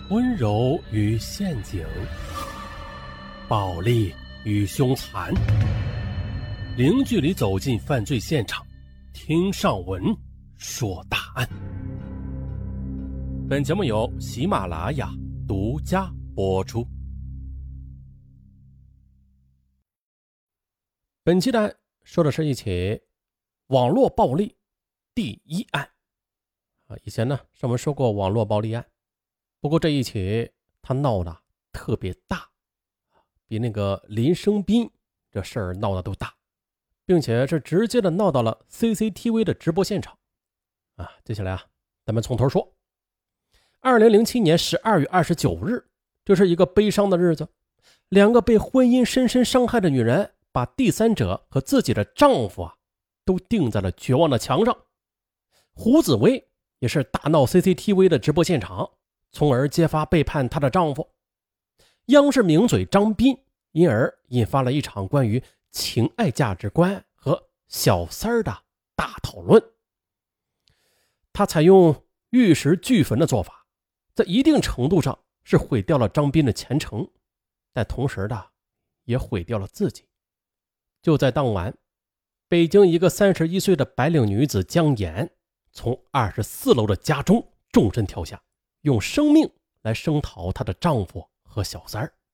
温柔与陷阱，暴力与凶残，零距离走进犯罪现场，听上文说大案。本节目由喜马拉雅独家播出。本期的案说的是一起网络暴力第一案。以前呢，上文说过网络暴力案，不过这一起它闹得特别大，比那个林生斌这事儿闹得都大，并且是直接的闹到了 CCTV 的直播现场。接下来咱们从头说。2007年12月29日，这是一个悲伤的日子，两个被婚姻深深伤害的女人，把第三者和自己的丈夫都钉在了绝望的墙上。胡紫薇也是大闹 CCTV 的直播现场，从而揭发背叛她的丈夫。央视名嘴张斌因而引发了一场关于情爱价值观和小三儿的大讨论。他采用玉石俱焚的做法，在一定程度上是毁掉了张斌的前程，但同时也毁掉了自己。就在当晚，北京一个31岁的白领女子江岩从24楼的家中纵身跳下，用生命来声讨她的丈夫和小三儿。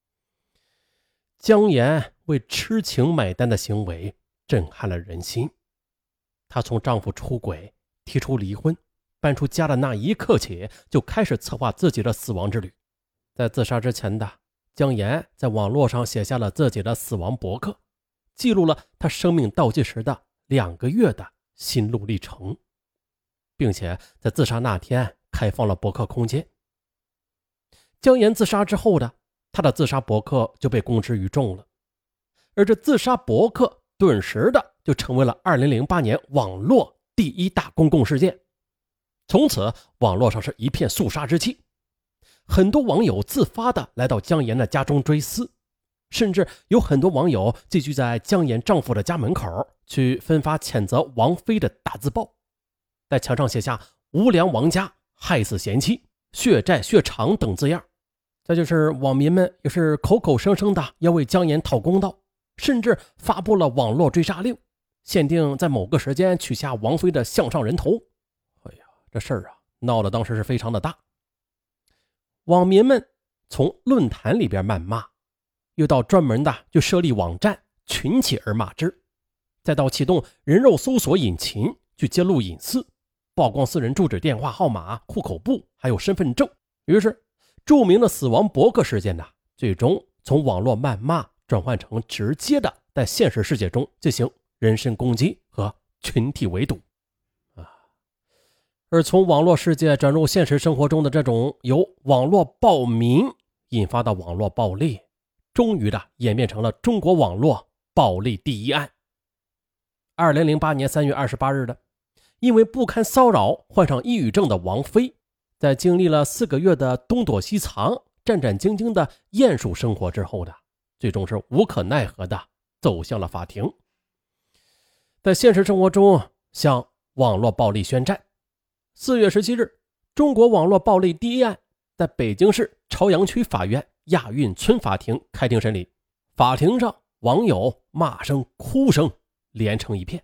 江岩为痴情买单的行为震撼了人心。她从丈夫出轨、提出离婚、搬出家的那一刻起，就开始策划自己的死亡之旅。在自杀之前的江岩在网络上写下了自己的死亡博客，记录了她生命倒计时的2个月的心路历程，并且在自杀那天开放了博客空间。江岩自杀之后他的自杀博客就被公之于众了，而这自杀博客顿时就成为了2008年网络第一大公共事件。从此网络上是一片肃杀之气，很多网友自发的来到江岩的家中追思，甚至有很多网友聚集在江岩丈夫的家门口去分发谴责王菲的大字报，在墙上写下无良王家、害死贤妻、血债血偿等字样。再就是网民们也是口口声声的要为江岩讨公道，甚至发布了网络追杀令，限定在某个时间取下王菲的项上人头。这事儿闹得当时是非常的大。网民们从论坛里边谩骂，又到专门的就设立网站群起而骂之，再到启动人肉搜索引擎去揭露隐私，曝光私人住址、电话号码、户口簿还有身份证。于是著名的死亡博客事件最终从网络谩骂转换成直接的在现实世界中进行人身攻击和群体围堵。而从网络世界转入现实生活中的这种由网络暴民引发的网络暴力，终于演变成了中国网络暴力第一案。2008年3月28日因为不堪骚扰患上抑郁症的王菲，在经历了4个月的东躲西藏、战战兢兢的鼹鼠生活之后最终是无可奈何的走向了法庭，在现实生活中向网络暴力宣战。4月17日，中国网络暴力第一案在北京市朝阳区法院亚运村法庭开庭审理。法庭上网友骂声、哭声连成一片。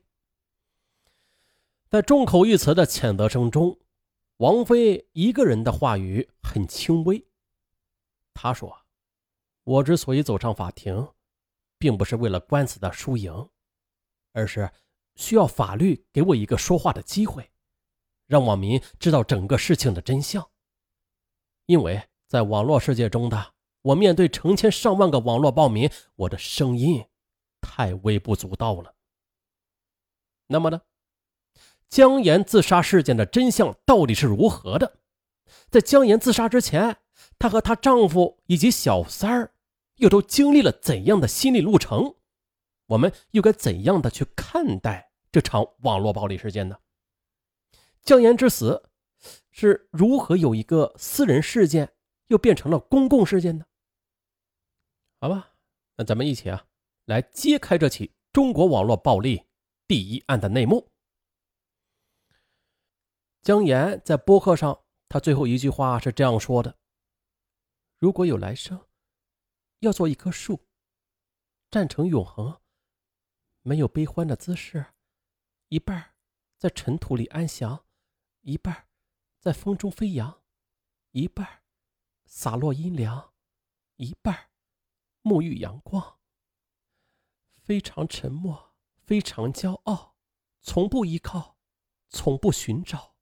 在众口一词的谴责声中，王菲一个人的话语很轻微。她说：我之所以走上法庭，并不是为了官司的输赢，而是需要法律给我一个说话的机会，让网民知道整个事情的真相。因为在网络世界中我面对成千上万个网络暴民，我的声音太微不足道了。那么江岩自杀事件的真相到底是如何的？在江岩自杀之前，她和她丈夫以及小三儿又都经历了怎样的心理路程？我们又该怎样的去看待这场网络暴力事件呢？江岩之死是如何由一个私人事件又变成了公共事件呢？好吧，那咱们一起来揭开这起中国网络暴力第一案的内幕。江岩在播客上他最后一句话是这样说的： 如果有来生，要做一棵树，站成永恒，没有悲欢的姿势，一半在尘土里安详，一半在风中飞扬，一半洒落阴凉，一半沐浴阳光。非常沉默，非常骄傲，从不依靠，从不寻找。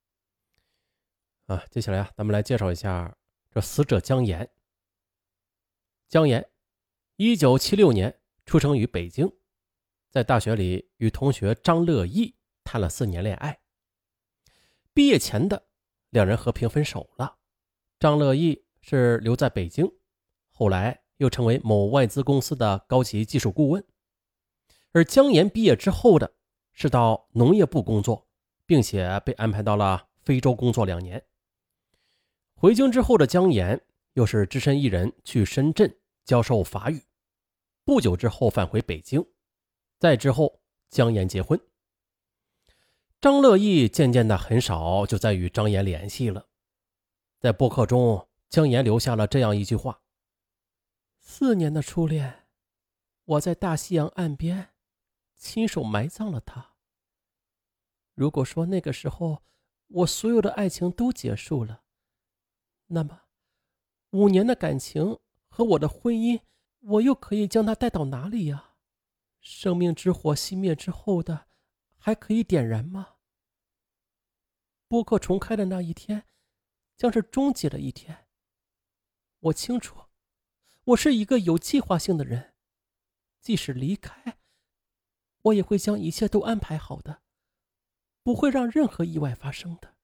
接下来咱们来介绍一下这死者姜岩。姜岩1976年出生于北京，在大学里与同学张乐毅谈了4年恋爱。毕业前的两人和平分手了。张乐毅是留在北京，后来又成为某外资公司的高级技术顾问。而姜岩毕业之后的是到农业部工作，并且被安排到了非洲工作2年。回京之后的姜岩又是只身一人去深圳教授法语，不久之后返回北京，再之后姜岩结婚。张乐毅渐渐的很少就再与姜岩联系了。在播客中，姜岩留下了这样一句话：4年的初恋，我在大西洋岸边亲手埋葬了他。如果说那个时候我所有的爱情都结束了，那么5年的感情和我的婚姻，我又可以将它带到哪里呀？生命之火熄灭之后的，还可以点燃吗？播客重开的那一天，将是终结的一天。我清楚，我是一个有计划性的人，即使离开，我也会将一切都安排好的，不会让任何意外发生的。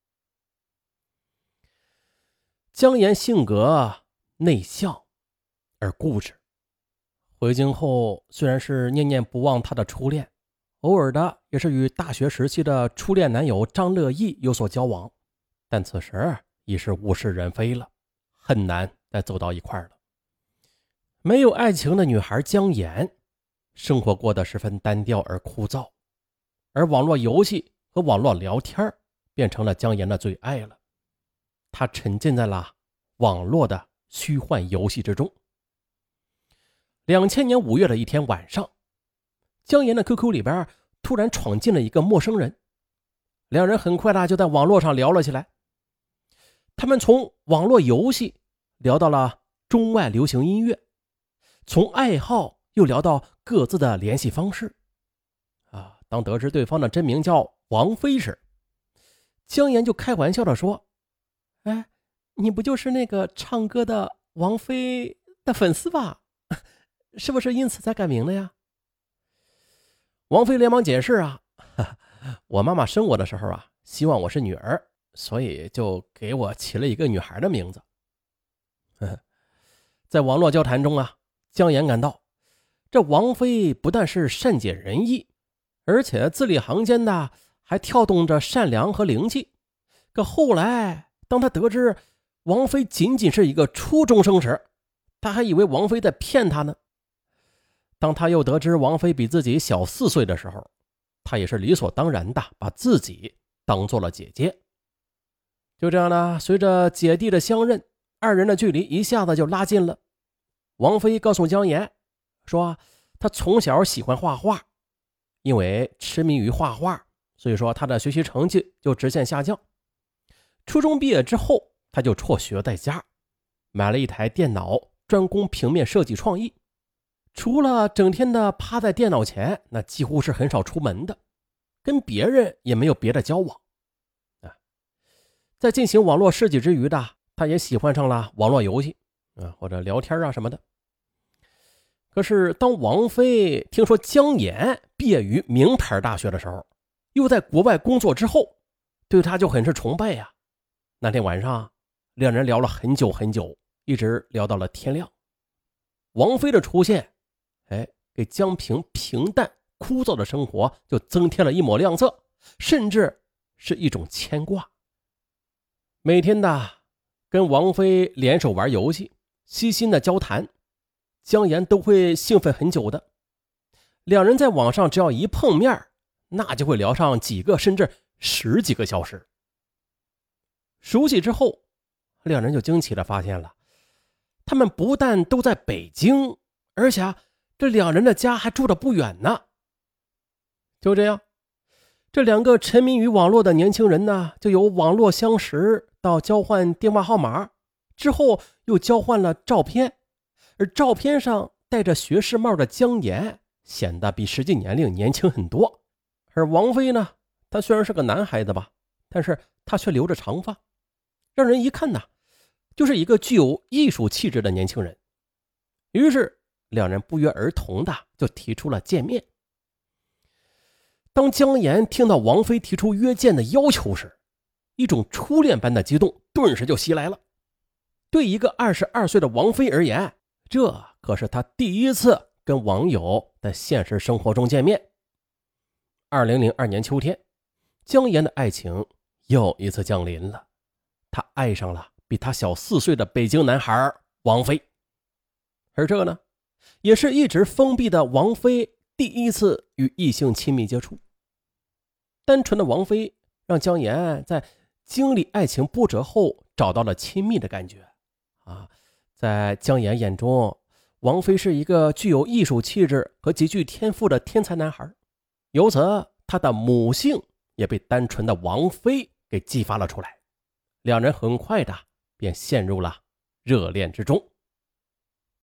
姜岩性格内向而固执，回京后虽然是念念不忘他的初恋，偶尔的也是与大学时期的初恋男友张乐毅有所交往，但此时已是物是人非了，很难再走到一块了。没有爱情的女孩姜岩，生活过得十分单调而枯燥，而网络游戏和网络聊天变成了姜岩的最爱了。他沉浸在了网络的虚幻游戏之中。2000年5月的一天晚上，姜岩的 QQ 里边突然闯进了一个陌生人，两人很快的就在网络上聊了起来。他们从网络游戏聊到了中外流行音乐，从爱好又聊到各自的联系方式。当得知对方的真名叫王菲时，姜岩就开玩笑的说：你不就是那个唱歌的王菲的粉丝吧？是不是因此才改名的呀？王菲连忙解释我妈妈生我的时候希望我是女儿，所以就给我起了一个女孩的名字。在网络交谈中姜岩感到这王菲不但是善解人意，而且字里行间的还跳动着善良和灵气。可后来当他得知王菲仅仅是一个初中生时，他还以为王菲在骗他呢。当他又得知王菲比自己小4岁的时候，他也是理所当然的把自己当做了姐姐。就这样呢，随着姐弟的相认，二人的距离一下子就拉近了。王菲告诉姜岩说，她从小喜欢画画，因为痴迷于画画，所以说她的学习成绩就直线下降。初中毕业之后，她就辍学在家，买了一台电脑，专攻平面设计创意。除了整天的趴在电脑前，那几乎是很少出门的，跟别人也没有别的交往。在进行网络设计之余的，他也喜欢上了网络游戏或者聊天什么的。可是当王菲听说姜岩毕业于名牌大学的时候，又在国外工作之后，对他就很是崇拜呀。那天晚上两人聊了很久很久，一直聊到了天亮。王菲的出现给姜平平淡枯燥的生活就增添了一抹亮色，甚至是一种牵挂。每天的跟王菲联手玩游戏，悉心的交谈，姜岩都会兴奋很久的。两人在网上只要一碰面，那就会聊上几个甚至10几个小时。熟悉之后，两人就惊奇地发现了， 他们不但都在北京，而且这两人的家还住得不远呢。就这样，这两个沉迷于网络的年轻人呢，就由网络相识到交换电话号码，之后又交换了照片，而照片上戴着学士帽的姜岩显得比实际年龄年轻很多，而王菲呢，她虽然是个男孩子吧，但是她却留着长发，让人一看呢，就是一个具有艺术气质的年轻人。于是两人不约而同的就提出了见面。当姜岩听到王菲提出约见的要求时，一种初恋般的激动顿时就袭来了。对一个22岁的王菲而言，这可是她第一次跟网友在现实生活中见面。2002年秋天，姜岩的爱情又一次降临了，他爱上了比他小4岁的北京男孩王菲。而这呢，也是一直封闭的王菲第一次与异性亲密接触。单纯的王菲让姜岩在经历爱情波折后找到了亲密的感觉在姜岩眼中，王菲是一个具有艺术气质和极具天赋的天才男孩，由此他的母性也被单纯的王菲给激发了出来。两人很快的便陷入了热恋之中。